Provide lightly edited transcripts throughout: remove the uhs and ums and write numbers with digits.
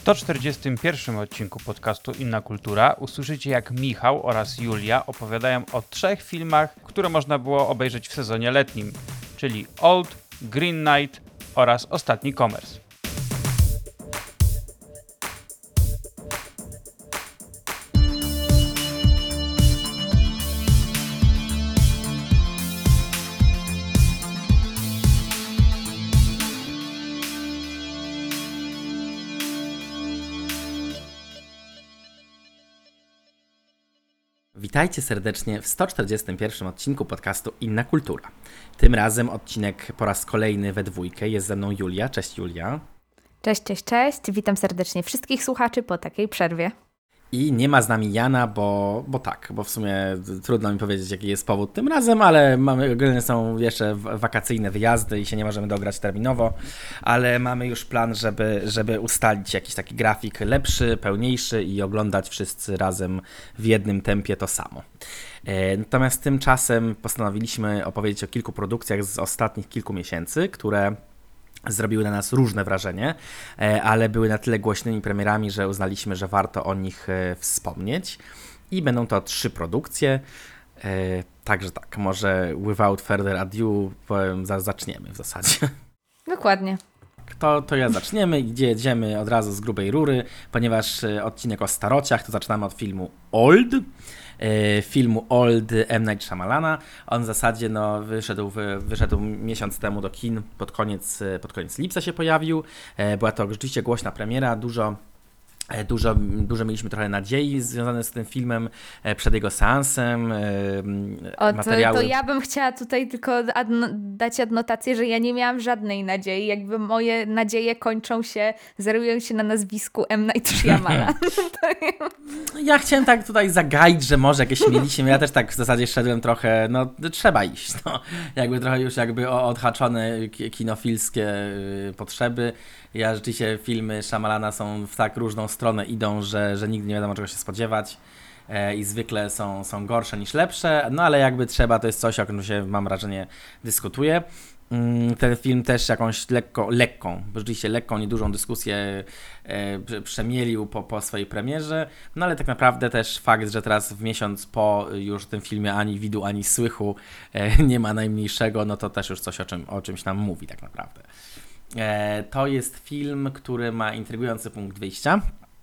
141 odcinku podcastu Inna Kultura usłyszycie, jak Michał oraz Julia opowiadają o 3 filmach, które można było obejrzeć w sezonie letnim, czyli Old, Green Knight oraz Ostatni Commerce. Witajcie serdecznie w 141 odcinku podcastu Inna Kultura. Tym razem odcinek po raz kolejny we dwójkę. Jest ze mną Julia. Cześć Julia. Cześć. Witam serdecznie wszystkich słuchaczy po takiej przerwie. I nie ma z nami Jana, bo w sumie trudno mi powiedzieć, jaki jest powód tym razem, ale ogólnie są jeszcze wakacyjne wyjazdy i się nie możemy dograć terminowo, ale mamy już plan, żeby ustalić jakiś taki grafik lepszy, pełniejszy i oglądać wszyscy razem w jednym tempie to samo. Natomiast tymczasem postanowiliśmy opowiedzieć o kilku produkcjach z ostatnich kilku miesięcy, które zrobiły na nas różne wrażenie, ale były na tyle głośnymi premierami, że uznaliśmy, że warto o nich wspomnieć. I będą to 3 produkcje. Także tak, może without further ado zaczniemy w zasadzie. Dokładnie. To ja zaczniemy i jedziemy od razu z grubej rury, ponieważ odcinek o starociach, to zaczynamy od filmu Old. Filmu Old M. Night Shyamalana. On w zasadzie wyszedł miesiąc temu do kin, pod koniec lipca się pojawił. Była to rzeczywiście głośna premiera, dużo mieliśmy trochę nadziei związane z tym filmem przed jego seansem. To ja bym chciała tutaj tylko dać adnotację, że ja nie miałam żadnej nadziei. Jakby moje nadzieje zerują się na nazwisku M. Night Shyamalan. Ja chciałem tak tutaj zagaić, że może jakieś mieliśmy. Ja też tak w zasadzie szedłem trochę, trzeba iść. Jakby trochę już odhaczone kinofilskie potrzeby. Ja rzeczywiście filmy Shyamalana są w tak różną stronę idą, że nigdy nie wiadomo czego się spodziewać i zwykle są gorsze niż lepsze, ale jakby trzeba, to jest coś, o czym się mam wrażenie dyskutuje. Ten film też jakąś rzeczywiście lekką, niedużą dyskusję przemielił po swojej premierze, ale tak naprawdę też fakt, że teraz w miesiąc po już tym filmie ani widu, ani słychu nie ma najmniejszego, to też już coś o czymś nam mówi tak naprawdę. To jest film, który ma intrygujący punkt wyjścia,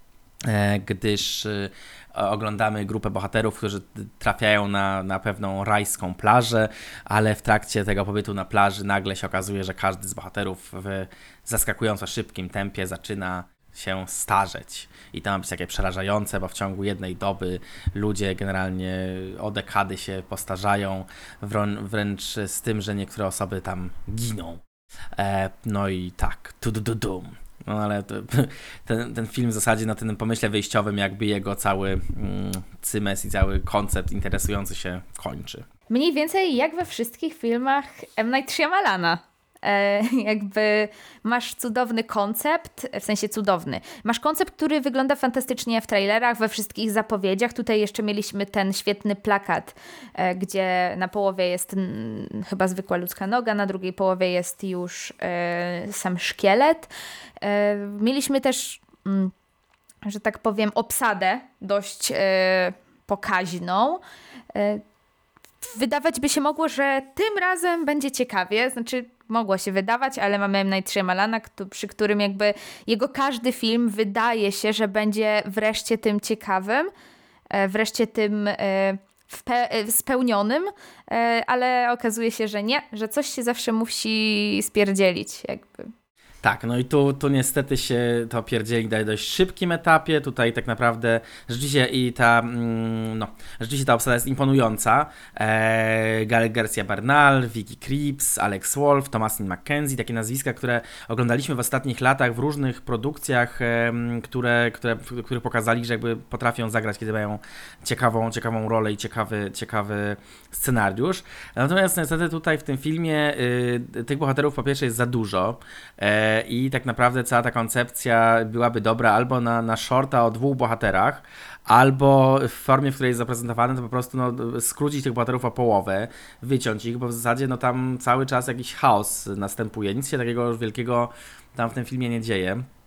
gdyż oglądamy grupę bohaterów, którzy trafiają na pewną rajską plażę, ale w trakcie tego pobytu na plaży nagle się okazuje, że każdy z bohaterów w zaskakująco szybkim tempie zaczyna się starzeć. I to ma być takie przerażające, bo w ciągu jednej doby ludzie generalnie o dekady się postarzają, wręcz z tym, że niektóre osoby tam giną. I tak, ale ten film w zasadzie na tym pomyśle wyjściowym jakby jego cały cymes i cały koncept interesujący się kończy. Mniej więcej jak we wszystkich filmach M. Night Shyamalana. Jakby masz cudowny koncept, w sensie cudowny. Masz koncept, który wygląda fantastycznie w trailerach, we wszystkich zapowiedziach. Tutaj jeszcze mieliśmy ten świetny plakat, gdzie na połowie jest chyba zwykła ludzka noga, na drugiej połowie jest już sam szkielet. Mieliśmy też, że tak powiem, obsadę dość pokaźną. Wydawać by się mogło, że tym razem będzie ciekawie, mogło się wydawać, ale mamy M. Night Shyamalana, przy którym jakby jego każdy film wydaje się, że będzie wreszcie tym ciekawym, wreszcie tym spełnionym, ale okazuje się, że nie, że coś się zawsze musi spierdzielić jakby. Tak, i tu niestety się to pierdzieli na dość szybkim etapie. Tutaj tak naprawdę rzeczywiście rzeczywiście ta obsada jest imponująca. Gael Garcia Bernal, Vicky Krieps, Alex Wolff, Thomasin McKenzie, takie nazwiska, które oglądaliśmy w ostatnich latach w różnych produkcjach, które pokazali, że jakby potrafią zagrać, kiedy mają ciekawą rolę i ciekawy scenariusz. Natomiast niestety tutaj w tym filmie tych bohaterów po pierwsze jest za dużo. I tak naprawdę cała ta koncepcja byłaby dobra albo na shorta o 2 bohaterach, albo w formie, w której jest zaprezentowane, to po prostu skrócić tych bohaterów o połowę, wyciąć ich, bo w zasadzie tam cały czas jakiś chaos następuje. Nic się takiego wielkiego tam w tym filmie nie dzieje.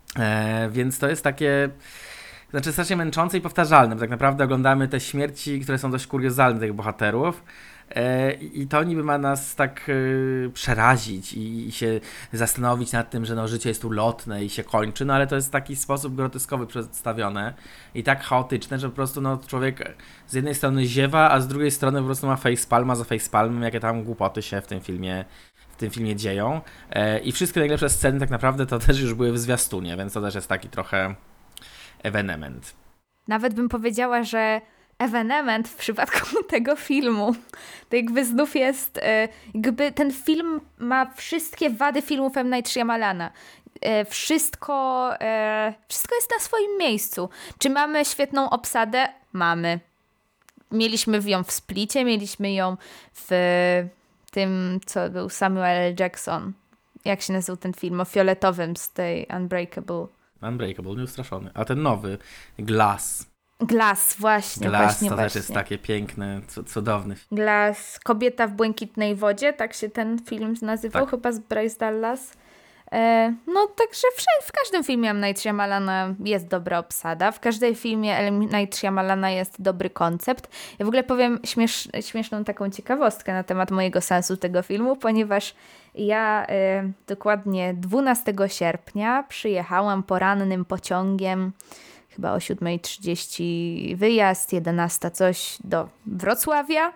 Więc to jest takie, znaczy strasznie męczące i powtarzalne, bo tak naprawdę oglądamy te śmierci, które są dość kuriozalne tych bohaterów. I to niby ma nas tak przerazić i się zastanowić nad tym, że no, życie jest ulotne i się kończy, no ale to jest w taki sposób groteskowy przedstawione i tak chaotyczne, że po prostu no, człowiek z jednej strony ziewa, a z drugiej strony po prostu ma facepalma za facepalmem, jakie tam głupoty się w tym filmie dzieją. I wszystkie najlepsze sceny tak naprawdę to też już były w zwiastunie, więc to też jest taki trochę ewenement. Nawet bym powiedziała, że ewenement w przypadku tego filmu. To jakby znów jest, jakby ten film ma wszystkie wady filmów M. Night Shyamalana. Wszystko jest na swoim miejscu. Czy mamy świetną obsadę? Mamy. Mieliśmy ją w Splicie, mieliśmy ją w tym, co był Samuel L. Jackson. Jak się nazywał ten film? O fioletowym z tej Unbreakable. Unbreakable, nieustraszony. A ten nowy, Glass. Glass, właśnie. Glass to też jest takie piękne, cudowny film. Glass, Kobieta w błękitnej wodzie, tak się ten film nazywał, Tak. chyba z Bryce Dallas. No także w każdym filmie M. Night Shyamalana jest dobra obsada, w każdym filmie M. Night Shyamalana jest dobry koncept. Ja w ogóle powiem śmieszną taką ciekawostkę na temat mojego sensu tego filmu, ponieważ ja dokładnie 12 sierpnia przyjechałam porannym pociągiem, chyba o 7:30 wyjazd, 11 coś do Wrocławia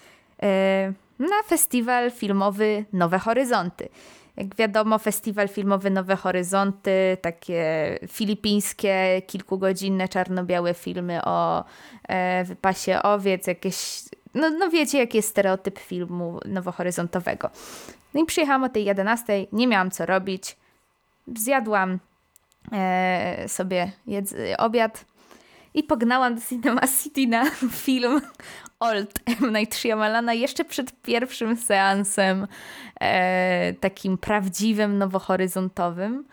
na festiwal filmowy Nowe Horyzonty. Jak wiadomo, festiwal filmowy Nowe Horyzonty, takie filipińskie, kilkugodzinne, czarno-białe filmy o wypasie owiec, jakieś, no wiecie, jaki jest stereotyp filmu nowohoryzontowego. No i przyjechałam o tej 11:00, nie miałam co robić, zjadłam sobie obiad i pognałam do Cinema City na film Old M. Night Shyamalana jeszcze przed pierwszym seansem takim prawdziwym, nowohoryzontowym.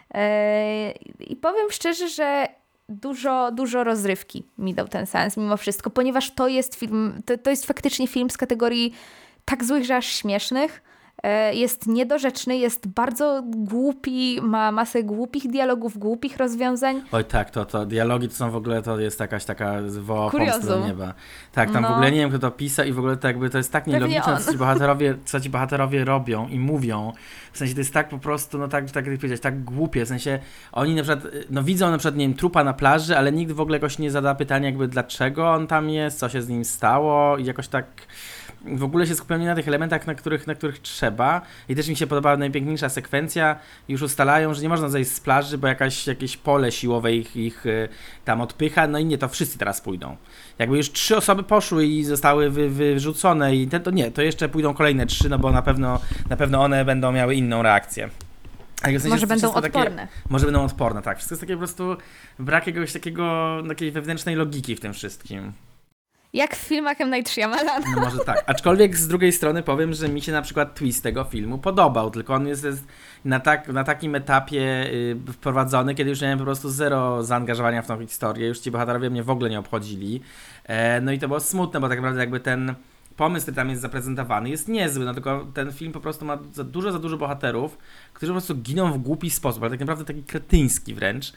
I powiem szczerze, że dużo rozrywki mi dał ten seans mimo wszystko, ponieważ to jest film, to jest faktycznie film z kategorii tak złych, że aż śmiesznych. Jest niedorzeczny, jest bardzo głupi, ma masę głupich dialogów, głupich rozwiązań. Oj tak, to dialogi to są w ogóle, to jest jakaś taka woła pomsty do Kuriozum. nieba. Tak, tam No. w ogóle nie wiem, kto to pisał i w ogóle to jakby to jest tak Pewnie nielogiczne, on. co ci bohaterowie robią i mówią. W sensie to jest tak po prostu, no tak jak powiedzieć, tak głupie, w sensie oni na przykład, no widzą na przykład, nie wiem, trupa na plaży, ale nikt w ogóle jakoś nie zada pytania jakby dlaczego on tam jest, co się z nim stało i jakoś tak w ogóle się skupiam nie na tych elementach, na których trzeba. I też mi się podobała najpiękniejsza sekwencja. Już ustalają, że nie można zejść z plaży, bo jakieś pole siłowe ich tam odpycha. No i nie, to wszyscy teraz pójdą. Jakby już 3 osoby poszły i zostały wyrzucone i to nie, to jeszcze pójdą kolejne 3, no bo na pewno one będą miały inną reakcję. W sensie, Może będą wszystko odporne. Może będą odporne, tak. Wszystko jest takie po prostu brak jakiegoś takiej wewnętrznej logiki w tym wszystkim. Jak w filmach M. Night Shyamalana. No może tak. Aczkolwiek z drugiej strony powiem, że mi się na przykład twist tego filmu podobał, tylko on jest na takim etapie wprowadzony, kiedy już miałem po prostu zero zaangażowania w tą historię, już ci bohaterowie mnie w ogóle nie obchodzili. No i to było smutne, bo tak naprawdę jakby ten pomysł, który tam jest zaprezentowany, jest niezły, no tylko ten film po prostu ma za dużo bohaterów, którzy po prostu giną w głupi sposób, ale tak naprawdę taki kretyński wręcz.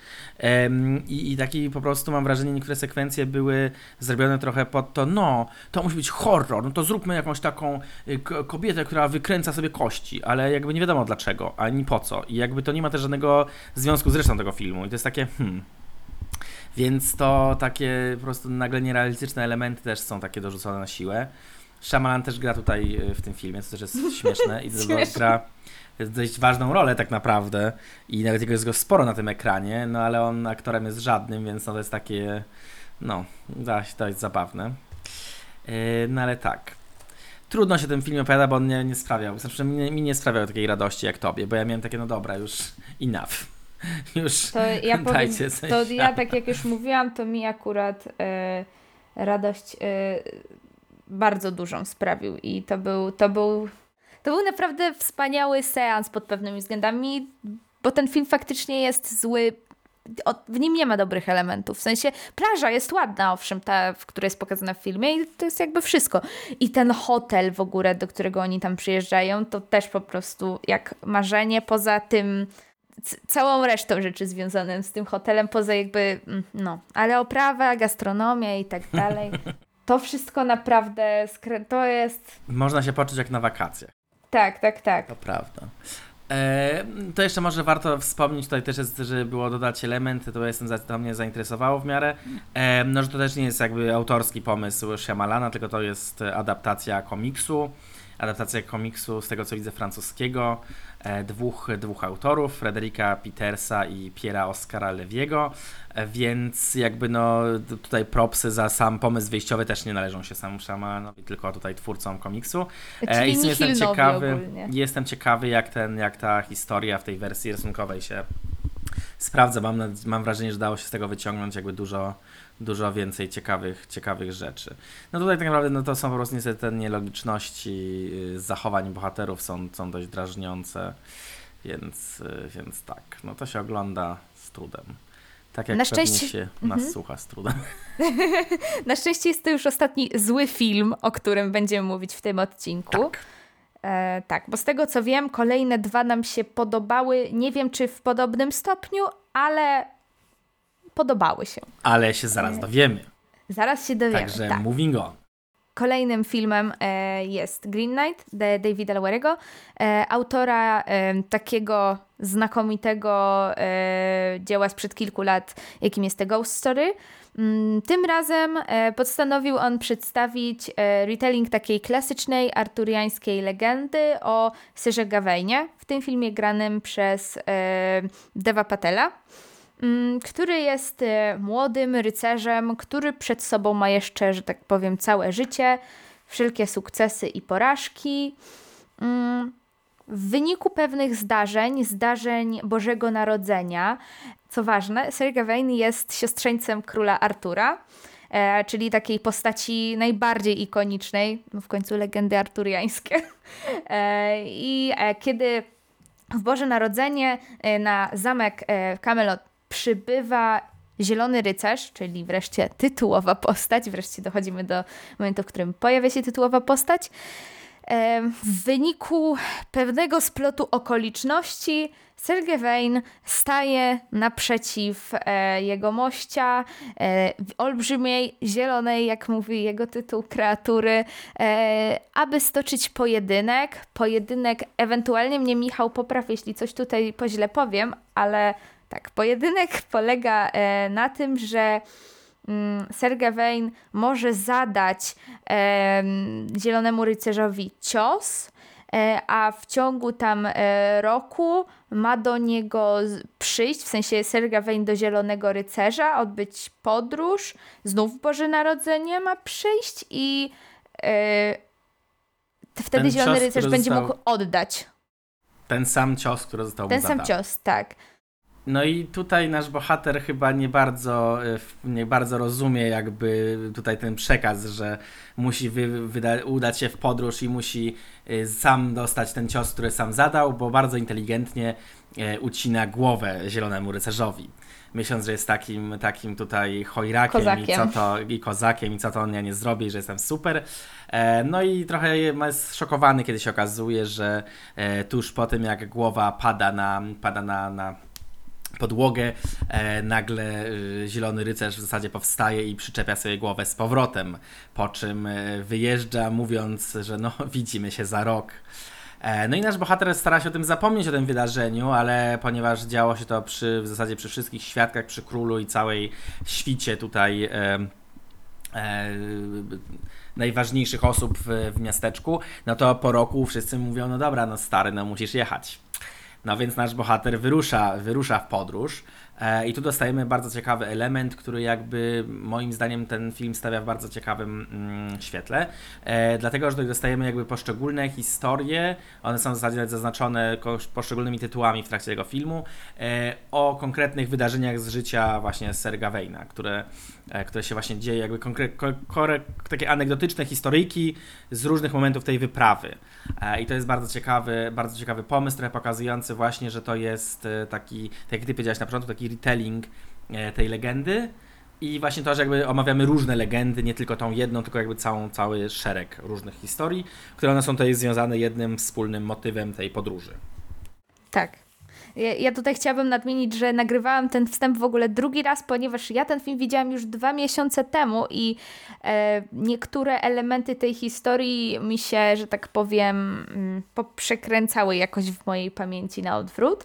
I taki po prostu mam wrażenie, niektóre sekwencje były zrobione trochę pod to, no, to musi być horror, no to zróbmy jakąś taką kobietę, która wykręca sobie kości, ale jakby nie wiadomo dlaczego, ani po co. I jakby to nie ma też żadnego związku z resztą tego filmu. I to jest takie, Więc to takie po prostu nagle nierealistyczne elementy też są takie dorzucone na siłę. Shyamalan też gra tutaj w tym filmie, co też jest śmieszne i gra dość ważną rolę tak naprawdę i nawet jest go sporo na tym ekranie, no ale on aktorem jest żadnym, więc no to jest takie, no, dość zabawne. No ale tak. Trudno się ten film opowiada, bo on nie sprawiał, znaczy mi nie sprawiał takiej radości jak tobie, bo ja miałem takie, no dobra, już enough. Już To ja powiem, dajcie to ja tak jak już mówiłam, to mi akurat radość bardzo dużą sprawił i to był naprawdę wspaniały seans pod pewnymi względami, bo ten film faktycznie jest zły. W nim nie ma dobrych elementów. W sensie plaża jest ładna, owszem, ta, która jest pokazana w filmie i to jest jakby wszystko. I ten hotel w ogóle, do którego oni tam przyjeżdżają, to też po prostu jak marzenie. Poza tym całą resztą rzeczy związaną z tym hotelem, poza jakby, ale oprawa, gastronomia i tak dalej. To wszystko naprawdę, to jest... Można się poczuć jak na wakacjach. Tak. To prawda. To jeszcze może warto wspomnieć, tutaj też jest, że było dodać elementy, to mnie zainteresowało w miarę, że to też nie jest jakby autorski pomysł Shyamalana, tylko to jest adaptacja komiksu z tego co widzę francuskiego, dwóch autorów, Frederica Petersa i Pierre'a Oscara Leviego, więc jakby tutaj propsy za sam pomysł wyjściowy też nie należą się samemu Shyamalanowi, tylko tutaj twórcom komiksu. Czyli Jestem ciekawy jak ta historia w tej wersji rysunkowej się sprawdza. Mam wrażenie, że dało się z tego wyciągnąć jakby dużo więcej ciekawych rzeczy. No tutaj tak naprawdę to są po prostu niestety te nielogiczności zachowań bohaterów są dość drażniące, więc tak, to się ogląda z trudem. Tak jak pewnie się nas słucha z trudem. Na szczęście jest to już ostatni zły film, o którym będziemy mówić w tym odcinku. Tak, bo z tego co wiem, kolejne 2 nam się podobały. Nie wiem, czy w podobnym stopniu, ale podobały się. Ale się zaraz dowiemy. Zaraz się dowiemy, Także moving on. Kolejnym filmem jest Green Knight Davida Lowery'ego, autora takiego znakomitego dzieła sprzed kilku lat, jakim jest The Ghost Story. Tym razem postanowił on przedstawić retelling takiej klasycznej arturiańskiej legendy o Sirze Gawainie, w tym filmie granym przez Deva Patela, który jest młodym rycerzem, który przed sobą ma jeszcze, że tak powiem, całe życie, wszelkie sukcesy i porażki. W wyniku pewnych zdarzeń Bożego Narodzenia, co ważne, Sir Gawain jest siostrzeńcem króla Artura, czyli takiej postaci najbardziej ikonicznej, w końcu legendy arturiańskie. I kiedy w Boże Narodzenie na zamek Camelot przybywa Zielony Rycerz, czyli wreszcie tytułowa postać, wreszcie dochodzimy do momentu, w którym pojawia się tytułowa postać, w wyniku pewnego splotu okoliczności Sir Gawain staje naprzeciw jego mościa, olbrzymiej, zielonej, jak mówi jego tytuł, kreatury, aby stoczyć pojedynek. Pojedynek, ewentualnie mnie Michał popraw, jeśli coś tutaj po źle powiem, ale tak, pojedynek polega na tym, że Sir Gawain może zadać Zielonemu Rycerzowi cios, a w ciągu tam roku ma do niego przyjść, w sensie Sir Gawain do Zielonego Rycerza, odbyć podróż, znów Boże Narodzenie ma przyjść i wtedy Zielony Rycerz będzie mógł oddać. Ten sam cios, który został mu zadany. Ten sam cios, tak. No i tutaj nasz bohater chyba nie bardzo rozumie jakby tutaj ten przekaz, że musi udać się w podróż i musi sam dostać ten cios, który sam zadał, bo bardzo inteligentnie ucina głowę Zielonemu Rycerzowi. Myśląc, że jest takim tutaj chojrakiem i kozakiem i co to on ja nie zrobi i że jestem super. No i trochę jest szokowany, kiedy się okazuje, że tuż po tym jak głowa pada na podłogę, nagle Zielony Rycerz w zasadzie powstaje i przyczepia sobie głowę z powrotem, po czym wyjeżdża mówiąc, że widzimy się za rok. No i nasz bohater stara się o tym zapomnieć, o tym wydarzeniu, ale ponieważ działo się to w zasadzie przy wszystkich świadkach, przy królu i całej świcie tutaj najważniejszych osób w miasteczku, no to po roku wszyscy mówią, no dobra, stary, musisz jechać. No więc nasz bohater wyrusza w podróż i tu dostajemy bardzo ciekawy element, który jakby moim zdaniem ten film stawia w bardzo ciekawym świetle, dlatego, że tutaj dostajemy jakby poszczególne historie, one są w zasadzie zaznaczone poszczególnymi tytułami w trakcie tego filmu, o konkretnych wydarzeniach z życia właśnie Sir Gawaina, które się właśnie dzieje, jakby takie anegdotyczne historyjki z różnych momentów tej wyprawy. I to jest bardzo ciekawy pomysł, trochę pokazujący właśnie, że to jest taki, tak jak ty powiedziałeś na początku, taki retelling tej legendy i właśnie to, że jakby omawiamy różne legendy, nie tylko tą jedną, tylko jakby cały szereg różnych historii, które one są tutaj związane jednym wspólnym motywem tej podróży. Tak. Ja tutaj chciałabym nadmienić, że nagrywałam ten wstęp w ogóle drugi raz, ponieważ ja ten film widziałam już 2 miesiące temu i niektóre elementy tej historii mi się, że tak powiem, poprzekręcały jakoś w mojej pamięci na odwrót.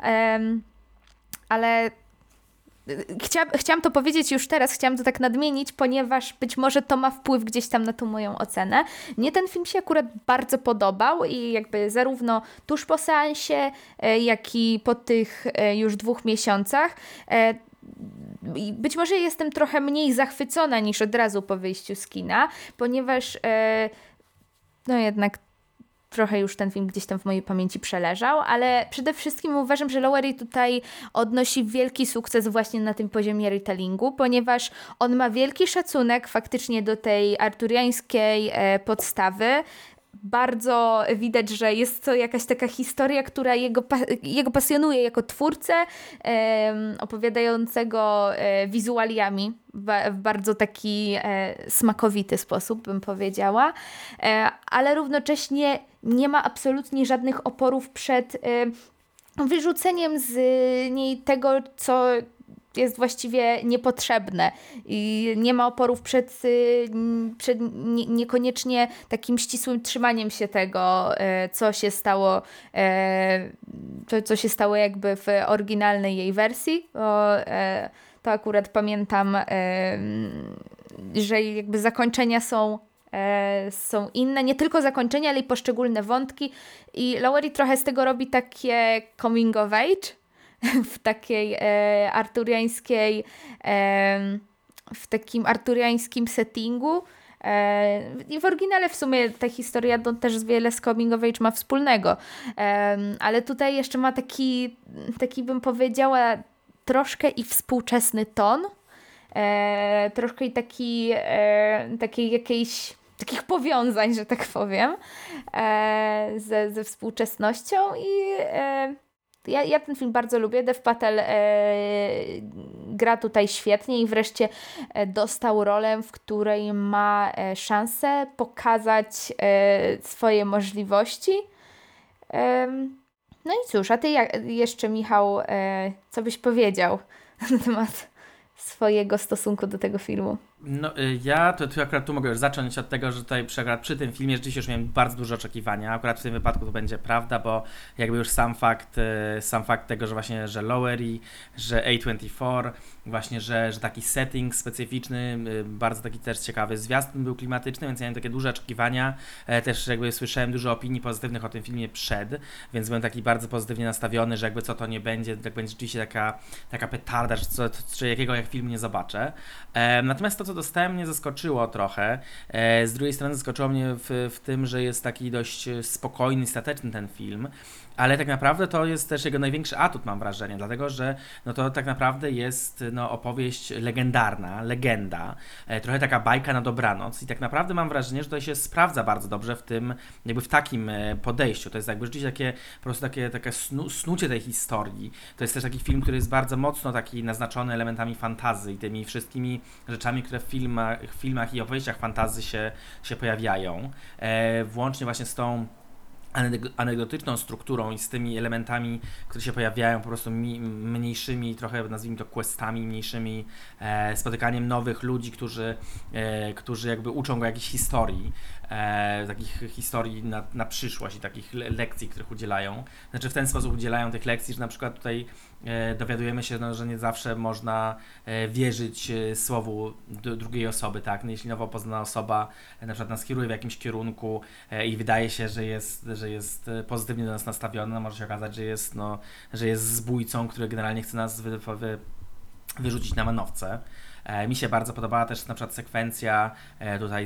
Ale chciałam to powiedzieć już teraz, chciałam to tak nadmienić, ponieważ być może to ma wpływ gdzieś tam na tą moją ocenę. Mnie ten film się akurat bardzo podobał i jakby zarówno tuż po seansie, jak i po tych już 2 miesiącach. I być może jestem trochę mniej zachwycona niż od razu po wyjściu z kina, ponieważ no jednak trochę już ten film gdzieś tam w mojej pamięci przeleżał, ale przede wszystkim uważam, że Lowery tutaj odnosi wielki sukces właśnie na tym poziomie retellingu, ponieważ on ma wielki szacunek faktycznie do tej arturiańskiej podstawy. Bardzo widać, że jest to jakaś taka historia, która jego pasjonuje jako twórcę, opowiadającego wizualiami w bardzo taki smakowity sposób, bym powiedziała, ale równocześnie nie ma absolutnie żadnych oporów przed wyrzuceniem z niej tego, co jest właściwie niepotrzebne i nie ma oporów przed niekoniecznie takim ścisłym trzymaniem się tego, co się stało, co się stało jakby w oryginalnej jej wersji. To akurat pamiętam, że jakby zakończenia są inne, nie tylko zakończenia, ale i poszczególne wątki i Lowery trochę z tego robi takie coming of age, w takiej arturiańskiej, w takim arturiańskim settingu. I w oryginale w sumie ta historia też wiele z coming of age ma wspólnego. Ale tutaj jeszcze ma taki bym powiedziała troszkę i współczesny ton. Troszkę i takiej jakiejś takich powiązań, że tak powiem, ze współczesnością i ja ten film bardzo lubię. Dev Patel gra tutaj świetnie i wreszcie dostał rolę, w której ma szansę pokazać swoje możliwości. No i cóż, a ty jeszcze, Michał, co byś powiedział na temat swojego stosunku do tego filmu? No ja to akurat tu mogę już zacząć od tego, że tutaj przy tym filmie rzeczywiście już miałem bardzo duże oczekiwania. Akurat w tym wypadku to będzie prawda, bo jakby już sam fakt tego, że właśnie, że Lowery, że A24, właśnie, że taki setting specyficzny, bardzo taki też ciekawy zwiastun był klimatyczny, więc ja miałem takie duże oczekiwania. Też jakby słyszałem dużo opinii pozytywnych o tym filmie więc byłem taki bardzo pozytywnie nastawiony, że jakby co to nie będzie, jak będzie rzeczywiście taka petarda, że jakiego jak film nie zobaczę. Natomiast to, co dostałem, mnie zaskoczyło trochę. Z drugiej strony zaskoczyło mnie w tym, że jest taki dość spokojny, stateczny ten film, ale tak naprawdę to jest też jego największy atut, mam wrażenie, dlatego że no to tak naprawdę jest opowieść legendarna, legenda, trochę taka bajka na dobranoc i tak naprawdę mam wrażenie, że to się sprawdza bardzo dobrze w takim podejściu. To jest jakby rzeczywiście po prostu takie snucie tej historii. To jest też taki film, który jest bardzo mocno taki naznaczony elementami fantasy i tymi wszystkimi rzeczami, które w filmach i opowieściach fantasy się pojawiają. Włącznie właśnie z tą anegdotyczną strukturą i z tymi elementami, które się pojawiają po prostu mniejszymi, trochę nazwijmy to questami, mniejszymi spotykaniem nowych ludzi, którzy jakby uczą go jakichś historii, takich historii na przyszłość i takich lekcji, których udzielają. Znaczy w ten sposób udzielają tych lekcji, że na przykład tutaj dowiadujemy się, że nie zawsze można wierzyć słowu drugiej osoby, tak? No, jeśli nowo poznana osoba na przykład nas kieruje w jakimś kierunku i wydaje się, że jest pozytywnie do nas nastawiona, no może się okazać, że jest zbójcą, który generalnie chce nas wyrzucić na manowce. Mi się bardzo podobała też na przykład sekwencja tutaj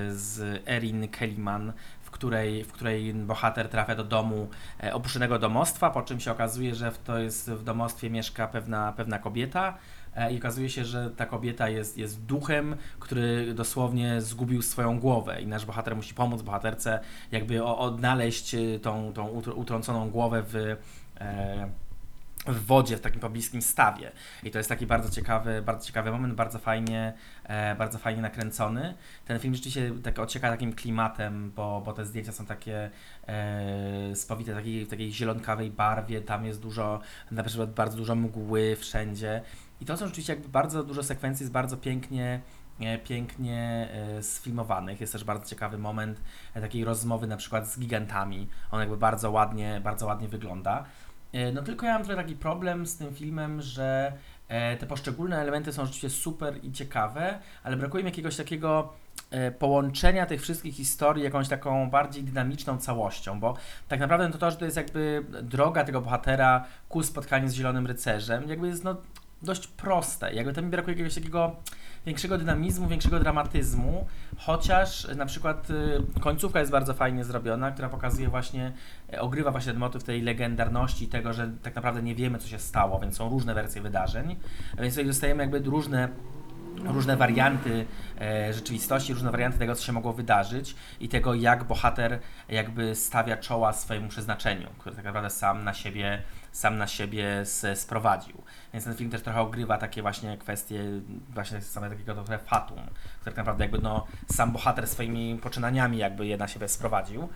z Erin Kellyman, w której bohater trafia do domu, opuszczonego domostwa, po czym się okazuje, że w domostwie mieszka pewna kobieta i okazuje się, że ta kobieta jest duchem, który dosłownie zgubił swoją głowę i nasz bohater musi pomóc bohaterce jakby odnaleźć tą utrąconą głowę w wodzie, w takim pobliskim stawie. I to jest taki bardzo ciekawy moment, bardzo fajnie nakręcony. Ten film rzeczywiście tak ocieka takim klimatem, bo te zdjęcia są takie spowite w takiej zielonkawej barwie, tam jest na przykład bardzo dużo mgły wszędzie. I to są rzeczywiście jakby bardzo dużo sekwencji, jest bardzo pięknie sfilmowanych. Jest też bardzo ciekawy moment takiej rozmowy na przykład z gigantami. On jakby bardzo ładnie wygląda. No tylko ja mam trochę taki problem z tym filmem, że te poszczególne elementy są rzeczywiście super i ciekawe, ale brakuje mi jakiegoś takiego połączenia tych wszystkich historii jakąś taką bardziej dynamiczną całością, bo tak naprawdę to, że to jest jakby droga tego bohatera ku spotkaniu z Zielonym Rycerzem, jakby jest dość proste. Jakby tam mi brakuje jakiegoś takiego większego dynamizmu, większego dramatyzmu, chociaż na przykład końcówka jest bardzo fajnie zrobiona, która pokazuje ogrywa właśnie ten motyw tej legendarności i tego, że tak naprawdę nie wiemy, co się stało, więc są różne wersje wydarzeń, więc tutaj dostajemy jakby różne warianty rzeczywistości, różne warianty tego, co się mogło wydarzyć i tego, jak bohater jakby stawia czoła swojemu przeznaczeniu, które tak naprawdę sam na siebie sprowadził. Więc ten film też trochę ogrywa takie właśnie kwestie właśnie same takiego trochę fatum, które tak naprawdę jakby sam bohater swoimi poczynaniami jakby je na siebie sprowadził.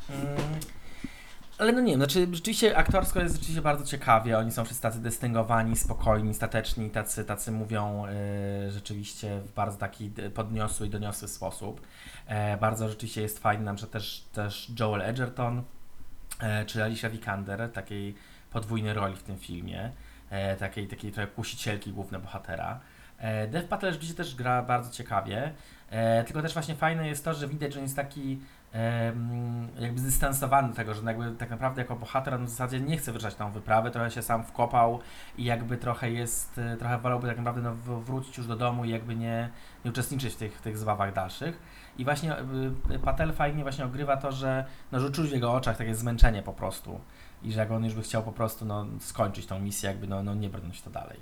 Ale nie wiem, znaczy rzeczywiście aktorsko jest rzeczywiście bardzo ciekawie, oni są wszyscy tacy dystyngowani, spokojni, stateczni, tacy mówią rzeczywiście w bardzo taki podniosły i doniosły sposób. Bardzo rzeczywiście jest fajny nam, że też Joel Edgerton czy Alicia Vikander, takiej podwójnej roli w tym filmie, takiej trochę kusicielki głównego bohatera. Dev Patel rzeczywiście też gra bardzo ciekawie, tylko też właśnie fajne jest to, że widać, że on jest taki jakby zdystansowany do tego, że jakby tak naprawdę jako bohater on w zasadzie nie chce wyruszać tą wyprawę, trochę się sam wkopał i jakby trochę wolałby tak naprawdę wrócić już do domu i jakby nie uczestniczyć w tych zabawach dalszych. I właśnie Patel fajnie właśnie ogrywa to, że czuć w jego oczach takie zmęczenie po prostu i że jak on już by chciał po prostu skończyć tą misję, jakby nie brnąć to dalej.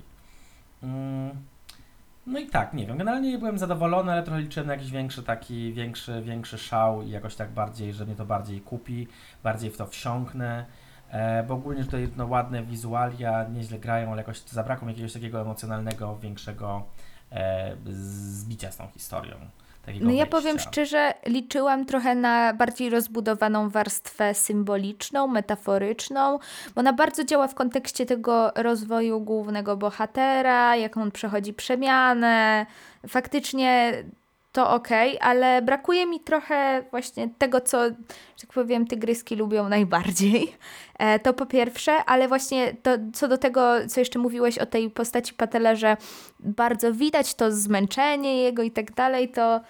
No i tak, nie wiem, generalnie byłem zadowolony, ale trochę liczyłem na jakiś większy szał i jakoś tak bardziej, że mnie to bardziej kupi, bardziej w to wsiąknę, bo ogólnie tutaj ładne wizualia, nieźle grają, ale jakoś zabrakło mi jakiegoś takiego emocjonalnego, większego zbicia z tą historią. No ja powiem szczerze, liczyłam trochę na bardziej rozbudowaną warstwę symboliczną, metaforyczną, bo ona bardzo działa w kontekście tego rozwoju głównego bohatera, jak on przechodzi przemianę. Faktycznie to okej, ale brakuje mi trochę właśnie tego, co, że tak powiem, tygryski lubią najbardziej. To po pierwsze, ale właśnie to, co do tego, co jeszcze mówiłeś o tej postaci Patela, że bardzo widać to zmęczenie jego i tak dalej,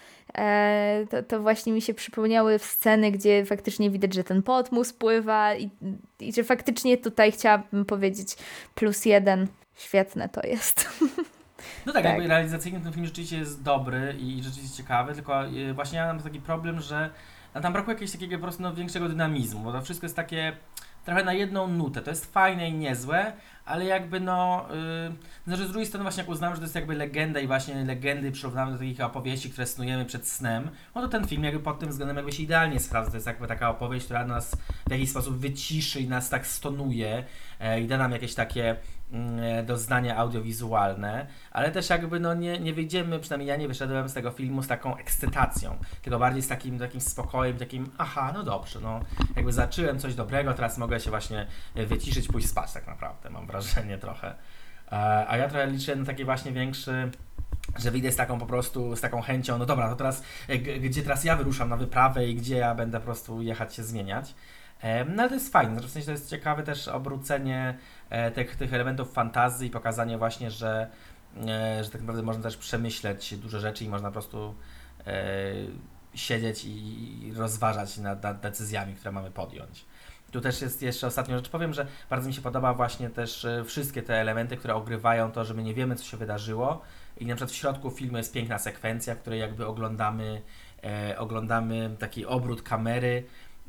to właśnie mi się przypomniały sceny, gdzie faktycznie widać, że ten pot mu spływa i że faktycznie tutaj chciałabym powiedzieć +1. Świetne to jest. No tak, jakby realizacyjnie ten film rzeczywiście jest dobry i rzeczywiście ciekawy, tylko właśnie ja mam taki problem, że tam brakuje jakiegoś takiego po prostu większego dynamizmu, bo to wszystko jest takie trochę na jedną nutę. To jest fajne i niezłe, ale jakby z drugiej strony właśnie jak uznałem, że to jest jakby legenda i właśnie legendy przyrównamy do takich opowieści, które snujemy przed snem, no to ten film jakby pod tym względem jakby się idealnie sprawdza. To jest jakby taka opowieść, która nas w jakiś sposób wyciszy i nas tak stonuje i da nam jakieś takie doznania audiowizualne, ale też jakby nie wyjdziemy, przynajmniej ja nie wyszedłem z tego filmu z taką ekscytacją, tylko bardziej z takim spokojem, takim no dobrze, jakby zacząłem coś dobrego, teraz mogę się właśnie wyciszyć, pójść spać tak naprawdę, mam wrażenie trochę. A ja trochę liczę na taki właśnie większy, że wyjdę z taką po prostu, z taką chęcią, no dobra, to teraz, gdzie teraz ja wyruszam na wyprawę i gdzie ja będę po prostu jechać się zmieniać. No ale to jest fajne, w sensie to jest ciekawe też obrócenie tych elementów fantazji i pokazanie właśnie, że tak naprawdę można też przemyśleć dużo rzeczy i można po prostu siedzieć i rozważać nad decyzjami, które mamy podjąć. Tu też jest jeszcze ostatnią rzecz, powiem, że bardzo mi się podoba właśnie też wszystkie te elementy, które ogrywają to, że my nie wiemy, co się wydarzyło i na przykład w środku filmu jest piękna sekwencja, w której jakby oglądamy taki obrót kamery,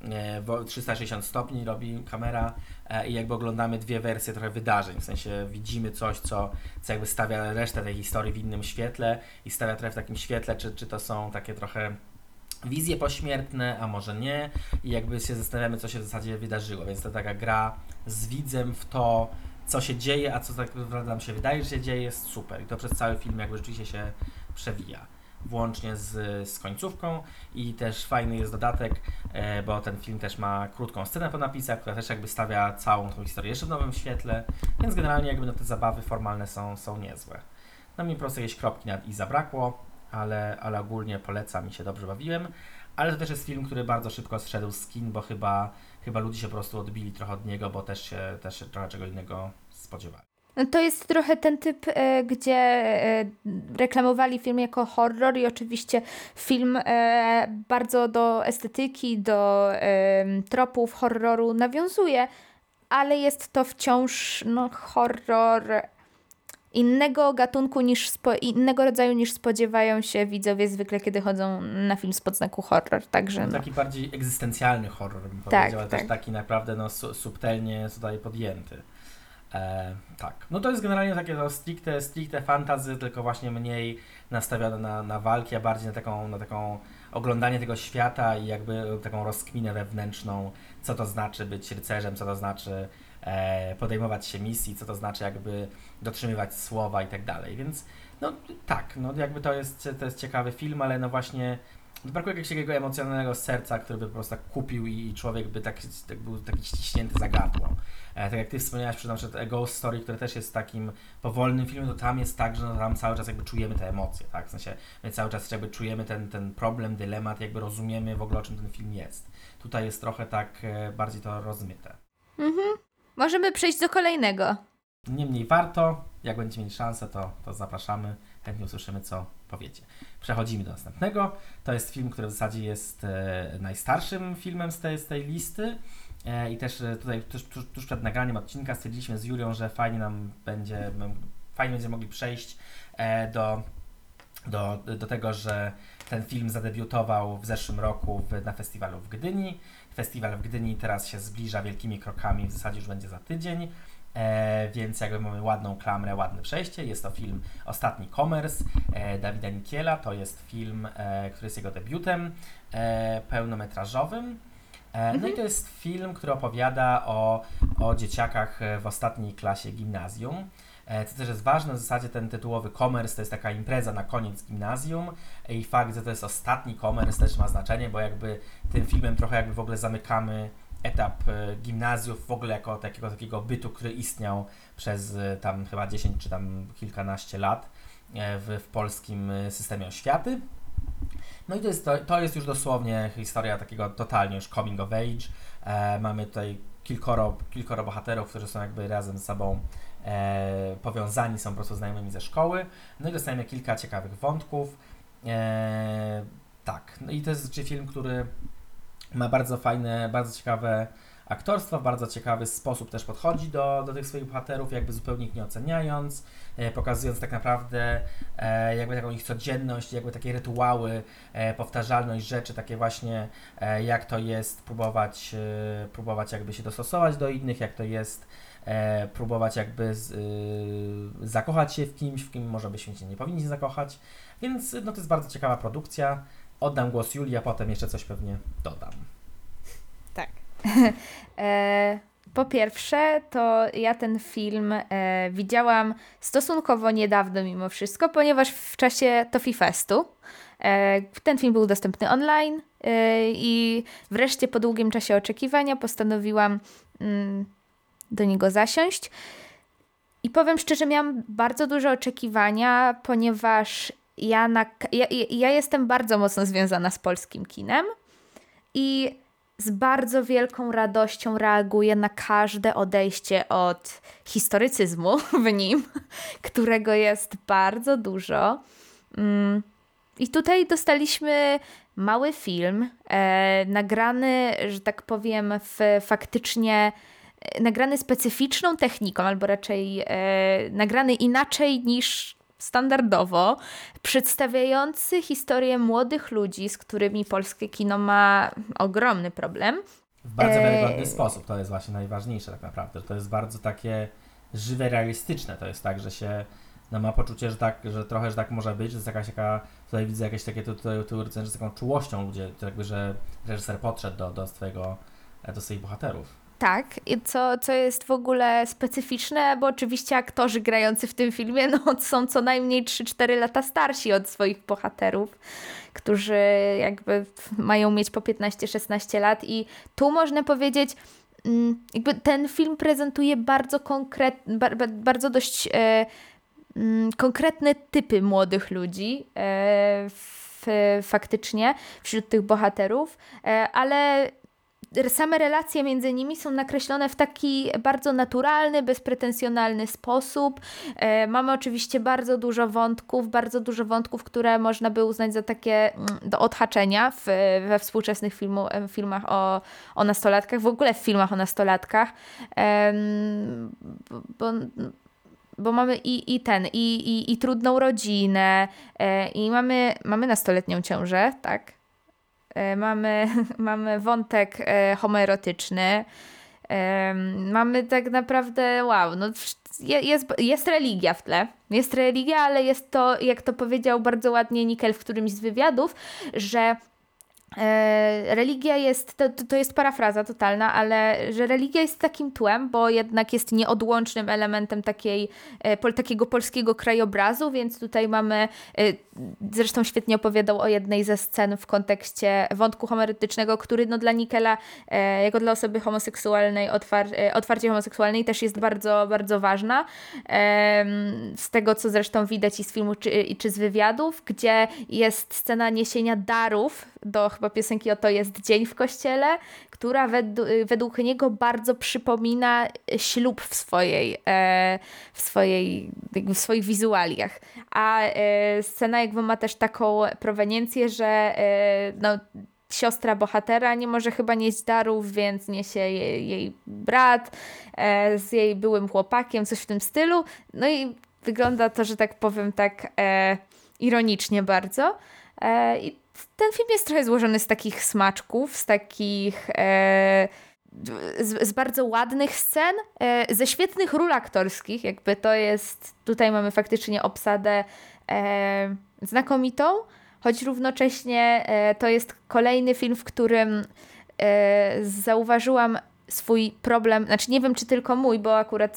360 stopni robi kamera i jakby oglądamy dwie wersje trochę wydarzeń, w sensie widzimy coś, co jakby stawia resztę tej historii w innym świetle i stawia trochę w takim świetle, czy to są takie trochę wizje pośmiertne, a może nie i jakby się zastanawiamy, co się w zasadzie wydarzyło, więc to taka gra z widzem w to, co się dzieje, a co tak naprawdę nam się wydaje, że się dzieje, jest super. I to przez cały film jakby rzeczywiście się przewija. Włącznie z końcówką i też fajny jest dodatek, bo ten film też ma krótką scenę po napisach, która też jakby stawia całą tą historię jeszcze w nowym świetle, więc generalnie jakby no te zabawy formalne są niezłe. No mi po prostu jakieś kropki nad i zabrakło, ale ogólnie polecam i się dobrze bawiłem, ale to też jest film, który bardzo szybko zszedł z kin, bo chyba ludzie się po prostu odbili trochę od niego, bo też się trochę czego innego spodziewali. No to jest trochę ten typ, gdzie reklamowali film jako horror i oczywiście film bardzo do estetyki, do tropów horroru nawiązuje, ale jest to wciąż horror innego gatunku, innego rodzaju niż spodziewają się widzowie zwykle, kiedy chodzą na film z podznaku horror. Także Taki bardziej egzystencjalny horror, bym powiedział, ale też taki naprawdę subtelnie tutaj podjęty. Tak. No to jest generalnie takie stricte fantasy, tylko właśnie mniej nastawione na walki, a bardziej na taką oglądanie tego świata i jakby taką rozkminę wewnętrzną, co to znaczy być rycerzem, co to znaczy podejmować się misji, co to znaczy jakby dotrzymywać słowa i tak dalej, więc no tak, no jakby to jest ciekawy film, ale no właśnie brakuje jakiegoś takiego emocjonalnego serca, który by po prostu tak kupił i człowiek by tak był taki ściśnięty za gardło. Tak jak ty wspomniałaś przy na przykład Ghost Story, który też jest takim powolnym filmem, to tam jest tak, że no tam cały czas jakby czujemy te emocje, tak? W sensie my cały czas jakby czujemy ten problem, dylemat, jakby rozumiemy w ogóle, o czym ten film jest. Tutaj jest trochę tak bardziej to rozmyte. Możemy przejść do kolejnego. Niemniej warto, jak będziecie mieli szansę, to zapraszamy, chętnie usłyszymy, co powiecie. Przechodzimy do następnego. To jest film, który w zasadzie jest najstarszym filmem z tej listy. I też tutaj tuż przed nagraniem odcinka stwierdziliśmy z Julią, że fajnie będziemy mogli przejść do tego, że ten film zadebiutował w zeszłym roku na festiwalu w Gdyni. Festiwal w Gdyni teraz się zbliża wielkimi krokami, w zasadzie już będzie za tydzień, więc jakby mamy ładną klamrę, ładne przejście. Jest to film Ostatni Komers Dawida Nykiela. To jest film, który jest jego debiutem pełnometrażowym. No i to jest film, który opowiada o dzieciakach w ostatniej klasie gimnazjum. Co też jest ważne, w zasadzie ten tytułowy komers to jest taka impreza na koniec gimnazjum i fakt, że to jest ostatni komers też ma znaczenie, bo jakby tym filmem trochę jakby w ogóle zamykamy etap gimnazjów w ogóle jako takiego bytu, który istniał przez tam chyba 10 czy tam kilkanaście lat w polskim systemie oświaty. No i to jest już dosłownie historia takiego totalnie już coming of age. Mamy tutaj kilkoro bohaterów, którzy są jakby razem z sobą powiązani, są po prostu znajomymi ze szkoły. No i dostajemy kilka ciekawych wątków. Tak, no i to jest rzeczywiście film, który ma bardzo fajne, bardzo ciekawe aktorstwo, w bardzo ciekawy sposób też podchodzi do tych swoich bohaterów, jakby zupełnie ich nie oceniając, pokazując tak naprawdę jakby taką ich codzienność, jakby takie rytuały, powtarzalność rzeczy, takie właśnie jak to jest próbować jakby się dostosować do innych, jak to jest próbować jakby zakochać się w kimś, w kim może byśmy się nie powinni zakochać, więc no to jest bardzo ciekawa produkcja. Oddam głos Julii, a potem jeszcze coś pewnie dodam. Tak. Po pierwsze, to ja ten film widziałam stosunkowo niedawno mimo wszystko, ponieważ w czasie Toffee Festu ten film był dostępny online i wreszcie po długim czasie oczekiwania postanowiłam do niego zasiąść. I powiem szczerze, miałam bardzo duże oczekiwania, ponieważ ja jestem bardzo mocno związana z polskim kinem i z bardzo wielką radością reaguję na każde odejście od historycyzmu w nim, którego jest bardzo dużo. I tutaj dostaliśmy mały film, nagrany, że tak powiem, nagrany specyficzną techniką, albo raczej nagrany inaczej niż standardowo, przedstawiający historię młodych ludzi, z którymi polskie kino ma ogromny problem. W bardzo wiarygodny sposób, to jest właśnie najważniejsze tak naprawdę, że to jest bardzo takie żywe, realistyczne, to jest tak, że się ma poczucie, że trochę, że tak może być, że jest jakaś taka, tutaj widzę jakieś takie że z taką czułością ludzie, jakby, że reżyser podszedł do swoich bohaterów. Tak, i co jest w ogóle specyficzne, bo oczywiście aktorzy grający w tym filmie są co najmniej 3-4 lata starsi od swoich bohaterów, którzy jakby mają mieć po 15-16 lat i tu można powiedzieć, jakby ten film prezentuje bardzo bardzo dość konkretne typy młodych ludzi faktycznie wśród tych bohaterów, ale same relacje między nimi są nakreślone w taki bardzo naturalny, bezpretensjonalny sposób. Mamy oczywiście bardzo dużo wątków, które można by uznać za takie do odhaczenia we współczesnych filmach o nastolatkach, w ogóle w filmach o nastolatkach. Bo mamy i trudną rodzinę, i mamy nastoletnią ciążę, tak? Mamy wątek homoerotyczny, mamy tak naprawdę, jest religia w tle. Jest religia, ale jest to, jak to powiedział bardzo ładnie Nickel w którymś z wywiadów, że religia jest, to jest parafraza totalna, ale że religia jest takim tłem, bo jednak jest nieodłącznym elementem takiego polskiego krajobrazu, więc tutaj mamy, zresztą świetnie opowiadał o jednej ze scen w kontekście wątku homoerotycznego, który dla Nickela, jako dla osoby homoseksualnej, otwarcie homoseksualnej też jest bardzo, bardzo ważna. Z tego, co zresztą widać i z filmu, czy z wywiadów, gdzie jest scena niesienia darów do chyba piosenki Oto jest dzień w kościele, która według niego bardzo przypomina ślub w swoich wizualiach. A scena jakby ma też taką proweniencję, że siostra bohatera nie może chyba nieść darów, więc niesie jej brat z jej byłym chłopakiem, coś w tym stylu. No i wygląda to, że tak powiem, tak ironicznie bardzo. I ten film jest trochę złożony z takich smaczków, z takich z bardzo ładnych scen, ze świetnych ról aktorskich, jakby to jest, tutaj mamy faktycznie obsadę znakomitą, choć równocześnie to jest kolejny film, w którym zauważyłam swój problem, znaczy nie wiem, czy tylko mój, bo akurat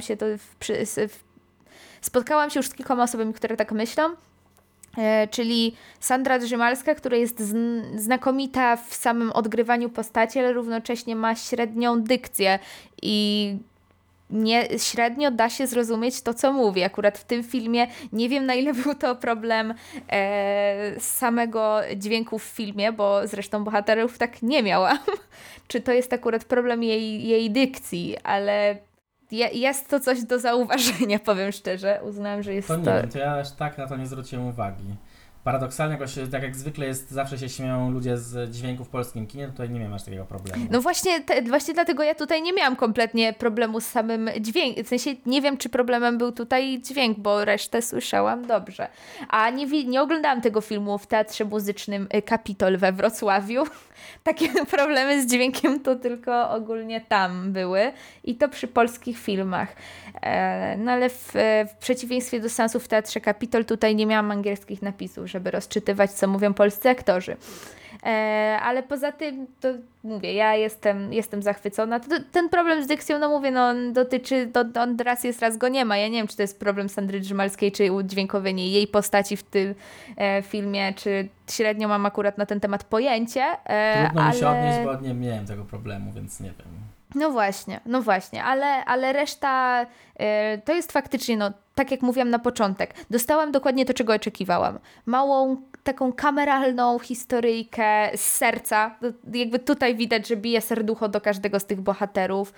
spotkałam się już z kilkoma osobami, które tak myślą, czyli Sandra Drzymalska, która jest znakomita w samym odgrywaniu postaci, ale równocześnie ma średnią dykcję i średnio da się zrozumieć to, co mówi. Akurat w tym filmie nie wiem, na ile był to problem samego dźwięku w filmie, bo zresztą bohaterów tak nie miałam. Czy to jest akurat problem jej dykcji, ale jest to coś do zauważenia, powiem szczerze. Uznałam, że jest to... Nie wiem, to ja aż tak na to nie zwróciłem uwagi. Paradoksalnie, tak jak zwykle jest, zawsze się śmieją ludzie z dźwięku w polskim kinie, tutaj nie miałem aż takiego problemu. No właśnie dlatego ja tutaj nie miałam kompletnie problemu z samym dźwiękiem. W sensie nie wiem, czy problemem był tutaj dźwięk, bo resztę słyszałam dobrze. A nie oglądałam tego filmu w Teatrze Muzycznym Kapitol we Wrocławiu. Takie problemy z dźwiękiem to tylko ogólnie tam były i to przy polskich filmach. No ale w przeciwieństwie do seansu w Teatrze Kapitol tutaj nie miałam angielskich napisów, żeby rozczytywać, co mówią polscy aktorzy. Ale poza tym, to mówię, ja jestem zachwycona. Ten problem z dykcją, no mówię, on dotyczy, on raz jest, raz go nie ma. Ja nie wiem, czy to jest problem Sandry Drzymalskiej, czy udźwiękowienie jej postaci w tym filmie, czy średnio mam akurat na ten temat pojęcie. Trudno mi się odnieść, bo nie miałem tego problemu, więc nie wiem. No właśnie, ale reszta to jest faktycznie, tak jak mówiłam na początek, dostałam dokładnie to, czego oczekiwałam. Małą, taką kameralną historyjkę z serca. Jakby tutaj widać, że bije serducho do każdego z tych bohaterów.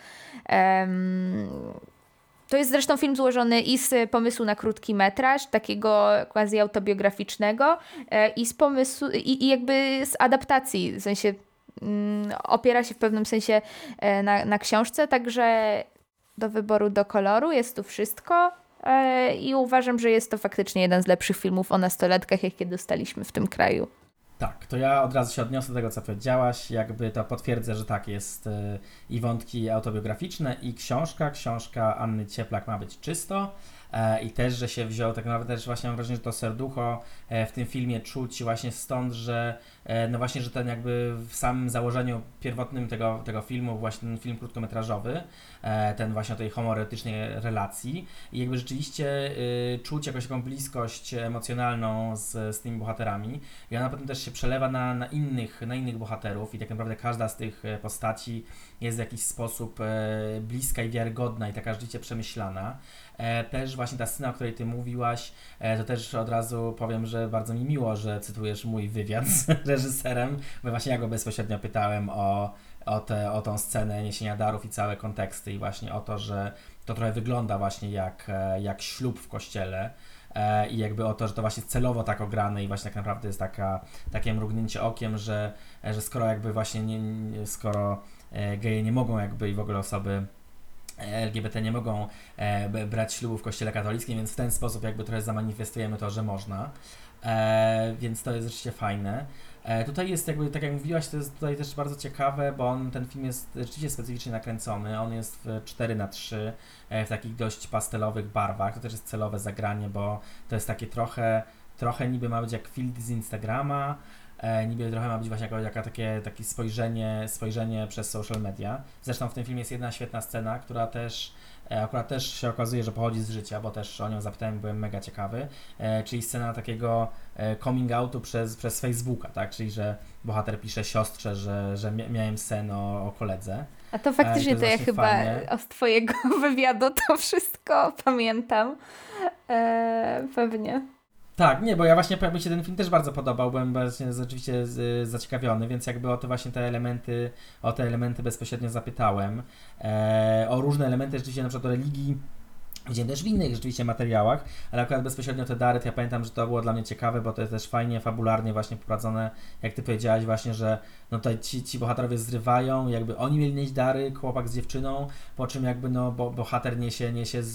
To jest zresztą film złożony i z pomysłu na krótki metraż, takiego quasi autobiograficznego, i z pomysłu, i jakby z adaptacji, w sensie opiera się w pewnym sensie na książce, także do wyboru, do koloru jest tu wszystko i uważam, że jest to faktycznie jeden z lepszych filmów o nastolatkach, jakie dostaliśmy w tym kraju. Tak, to ja od razu się odniosę do tego, co powiedziałaś, jakby to potwierdzę, że tak, jest i wątki autobiograficzne i książka Anny Cieplak ma być czysto i też, że się wziął, tak naprawdę też właśnie mam wrażenie, że to serducho w tym filmie czuć właśnie stąd, że no właśnie, że ten jakby w samym założeniu pierwotnym tego filmu, właśnie ten film krótkometrażowy, ten właśnie o tej homoerotycznej relacji i jakby rzeczywiście czuć jakąś taką bliskość emocjonalną z tymi bohaterami i ona potem też się przelewa na innych bohaterów i tak naprawdę każda z tych postaci jest w jakiś sposób bliska i wiarygodna i taka rzeczywiście przemyślana. Też właśnie ta scena, o której ty mówiłaś, to też od razu powiem, że bardzo mi miło, że cytujesz mój wywiad z reżyserem, bo właśnie ja go bezpośrednio pytałem o tą scenę niesienia darów i całe konteksty i właśnie o to, że to trochę wygląda właśnie jak ślub w kościele i jakby o to, że to właśnie celowo tak ograne i właśnie tak naprawdę jest takie mrugnięcie okiem, że skoro jakby właśnie skoro geje nie mogą jakby i w ogóle osoby LGBT nie mogą brać ślubu w kościele katolickim, więc w ten sposób jakby trochę zamanifestujemy to, że można. Więc to jest rzeczywiście fajne. Tutaj jest jakby, tak jak mówiłaś, to jest tutaj też bardzo ciekawe, bo ten film jest rzeczywiście specyficznie nakręcony. On jest w 4:3 w takich dość pastelowych barwach. To też jest celowe zagranie, bo to jest takie trochę niby ma być jak filtr z Instagrama, niby trochę ma być właśnie takie spojrzenie przez social media. Zresztą w tym filmie jest jedna świetna scena, która też akurat też się okazuje, że pochodzi z życia, bo też o nią zapytałem, byłem mega ciekawy, czyli scena takiego coming outu przez Facebooka, tak? Czyli że bohater pisze siostrze, że miałem sen o koledze. A to faktycznie to ja chyba fajnie. z twojego wywiadu to wszystko pamiętam. Pewnie. Tak, nie, bo ja właśnie mi się ten film też bardzo podobał, byłem właśnie rzeczywiście zaciekawiony, więc jakby o te elementy bezpośrednio zapytałem. O różne elementy rzeczywiście, na przykład o religii, widziałem też w innych rzeczywiście materiałach, ale akurat bezpośrednio te dary, to ja pamiętam, że to było dla mnie ciekawe, bo to jest też fajnie, fabularnie właśnie poprowadzone, jak ty powiedziałaś właśnie, że no tutaj ci bohaterowie zrywają, jakby oni mieli nieść dary, chłopak z dziewczyną, po czym jakby no bohater niesie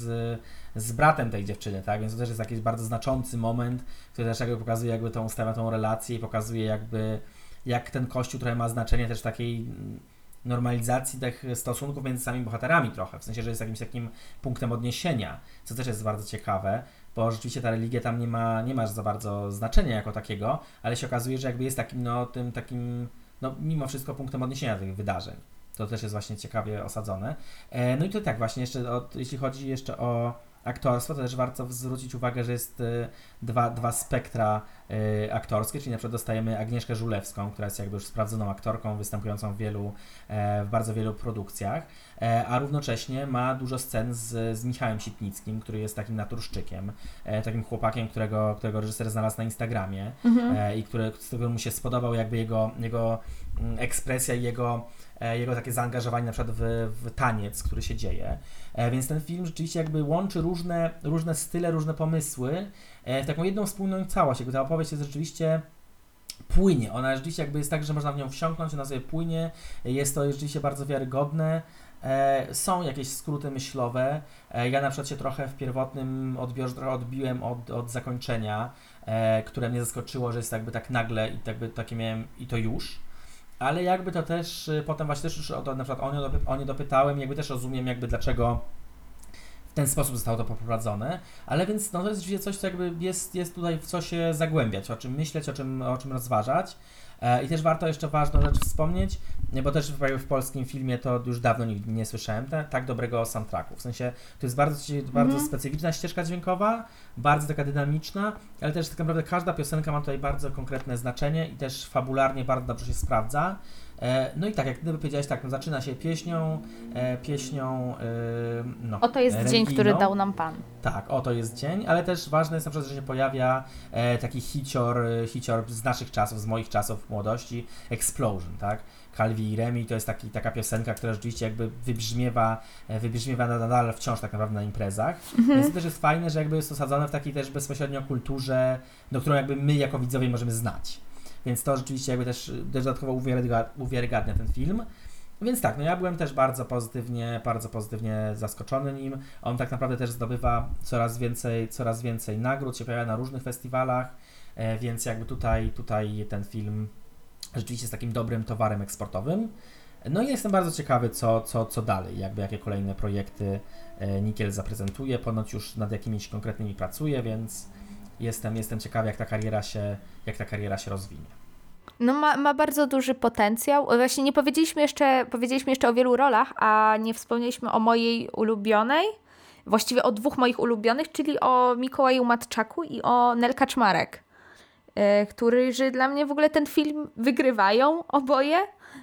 z bratem tej dziewczyny, tak, więc to też jest jakiś bardzo znaczący moment, który też jakby pokazuje jakby ustawia tą relację i pokazuje jakby jak ten kościół trochę ma znaczenie też takiej normalizacji tych stosunków między samymi bohaterami trochę, w sensie, że jest jakimś takim punktem odniesienia, co też jest bardzo ciekawe, bo rzeczywiście ta religia tam nie ma za bardzo znaczenia jako takiego, ale się okazuje, że jakby jest takim mimo wszystko punktem odniesienia tych wydarzeń. To też jest właśnie ciekawie osadzone. No i to tak właśnie jeszcze, jeśli chodzi jeszcze o aktorstwo, to też warto zwrócić uwagę, że jest dwa spektra aktorskie, czyli na przykład dostajemy Agnieszkę Żulewską, która jest jakby już sprawdzoną aktorką, występującą w bardzo wielu produkcjach, a równocześnie ma dużo scen z Michałem Sitnickim, który jest takim naturszczykiem, takim chłopakiem, którego reżyser znalazł na Instagramie i z którego mu się spodobał jakby jego ekspresja i jego takie zaangażowanie na przykład w taniec, który się dzieje. Więc ten film rzeczywiście jakby łączy różne style, różne pomysły w taką jedną spójną całość. Jakby ta opowieść jest rzeczywiście płynie. Ona rzeczywiście jakby jest tak, że można w nią wsiąknąć, ona sobie płynie. Jest to rzeczywiście bardzo wiarygodne. Są jakieś skróty myślowe. Ja na przykład się trochę w pierwotnym odbiorze trochę odbiłem od zakończenia, które mnie zaskoczyło, że jest jakby tak nagle i jakby takie miałem i to już. Ale jakby to też, potem właśnie też już na przykład o nie dopytałem, jakby też rozumiem jakby dlaczego w ten sposób zostało to poprowadzone, ale więc no to jest rzeczywiście coś, co jakby jest tutaj w co się zagłębiać, o czym myśleć, o czym rozważać. I też warto jeszcze ważną rzecz wspomnieć, bo też w polskim filmie to już dawno nie słyszałem tak dobrego soundtracku. W sensie to jest bardzo specyficzna ścieżka dźwiękowa, bardzo taka dynamiczna, ale też tak naprawdę każda piosenka ma tutaj bardzo konkretne znaczenie i też fabularnie bardzo dobrze się sprawdza. No i tak, jak gdyby powiedziałeś tak, no zaczyna się pieśnią oto jest religijną. dzień, który dał nam Pan. Tak, oto jest dzień, ale też ważne jest na przykład, że się pojawia taki hicior z naszych czasów, z moich czasów młodości, Explosion, tak? Calvi i Remi to jest taka piosenka, która rzeczywiście jakby wybrzmiewa nadal wciąż tak naprawdę na imprezach. Więc to też jest fajne, że jakby jest osadzone w takiej też bezpośrednio kulturze, którą jakby my jako widzowie możemy znać. Więc to rzeczywiście jakby też dodatkowo uwiarygadnia ten film. Więc tak, no ja byłem też bardzo pozytywnie zaskoczony nim. On tak naprawdę też zdobywa coraz więcej nagród, się pojawia na różnych festiwalach. więc jakby tutaj ten film rzeczywiście jest takim dobrym towarem eksportowym. No i jestem bardzo ciekawy, co dalej, jakby jakie kolejne projekty Nikiel zaprezentuje, ponoć już nad jakimiś konkretnymi pracuje, więc jestem ciekawy, jak ta kariera się rozwinie. No ma bardzo duży potencjał. Właśnie nie powiedzieliśmy jeszcze o wielu rolach, a nie wspomnieliśmy o mojej ulubionej, właściwie o dwóch moich ulubionych, czyli o Mikołaju Matczaku i o Nel Kaczmarek, którzy dla mnie w ogóle ten film wygrywają oboje.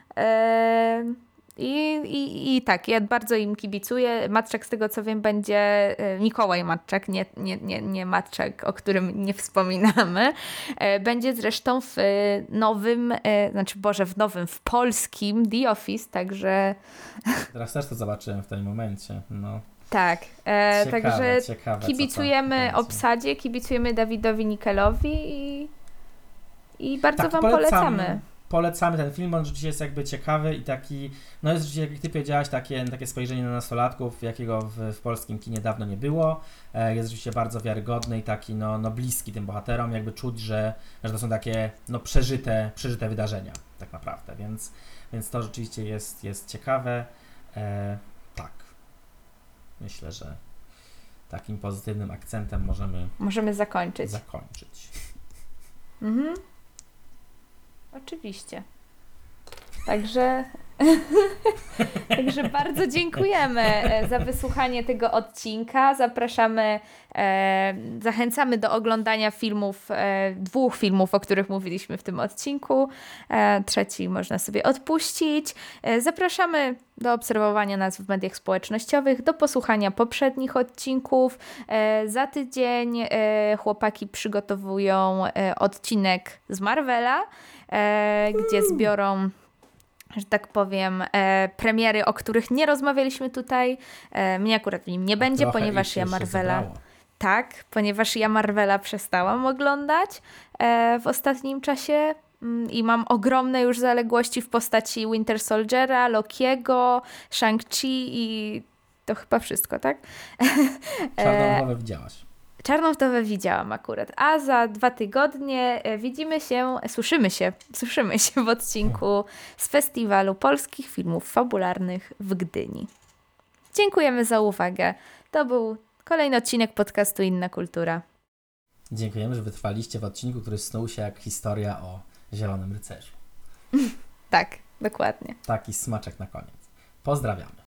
I tak, ja bardzo im kibicuję. Matczak, z tego co wiem, będzie Mikołaj Matczak, nie Matczak, o którym nie wspominamy. Będzie zresztą w nowym, w polskim The Office, także... Teraz też to zobaczyłem w tym momencie, no. Tak, także ciekawe, kibicujemy obsadzie, kibicujemy Dawidowi Nickelowi i bardzo tak, wam polecamy. Polecamy ten film, on rzeczywiście jest jakby ciekawy i taki, no jest rzeczywiście, jak ty powiedziałaś, takie spojrzenie na nastolatków, jakiego w polskim kinie dawno nie było. Jest rzeczywiście bardzo wiarygodny i taki no bliski tym bohaterom, jakby czuć, że to są takie no przeżyte wydarzenia tak naprawdę, więc to rzeczywiście jest ciekawe. Tak, myślę, że takim pozytywnym akcentem możemy zakończyć. Mhm. Oczywiście. Także bardzo dziękujemy za wysłuchanie tego odcinka. Zachęcamy do oglądania dwóch filmów, o których mówiliśmy w tym odcinku. Trzeci można sobie odpuścić. Zapraszamy do obserwowania nas w mediach społecznościowych, do posłuchania poprzednich odcinków. Za tydzień chłopaki przygotowują odcinek z Marvela, gdzie zbiorą, że tak powiem, premiery, o których nie rozmawialiśmy tutaj. Mnie akurat w nim nie będzie, ponieważ ja Marvela... Tak, ponieważ ja Marvela przestałam oglądać w ostatnim czasie i mam ogromne już zaległości w postaci Winter Soldiera, Lokiego, Shang-Chi i to chyba wszystko, tak? Czarną Wdowę widziałaś. Czarną Wdowę widziałam akurat, a za 2 tygodnie słyszymy się w odcinku z Festiwalu Polskich Filmów Fabularnych w Gdyni. Dziękujemy za uwagę. To był kolejny odcinek podcastu Inna Kultura. Dziękujemy, że wytrwaliście w odcinku, który snuł się jak historia o Zielonym Rycerzu. Tak, dokładnie. Taki smaczek na koniec. Pozdrawiamy.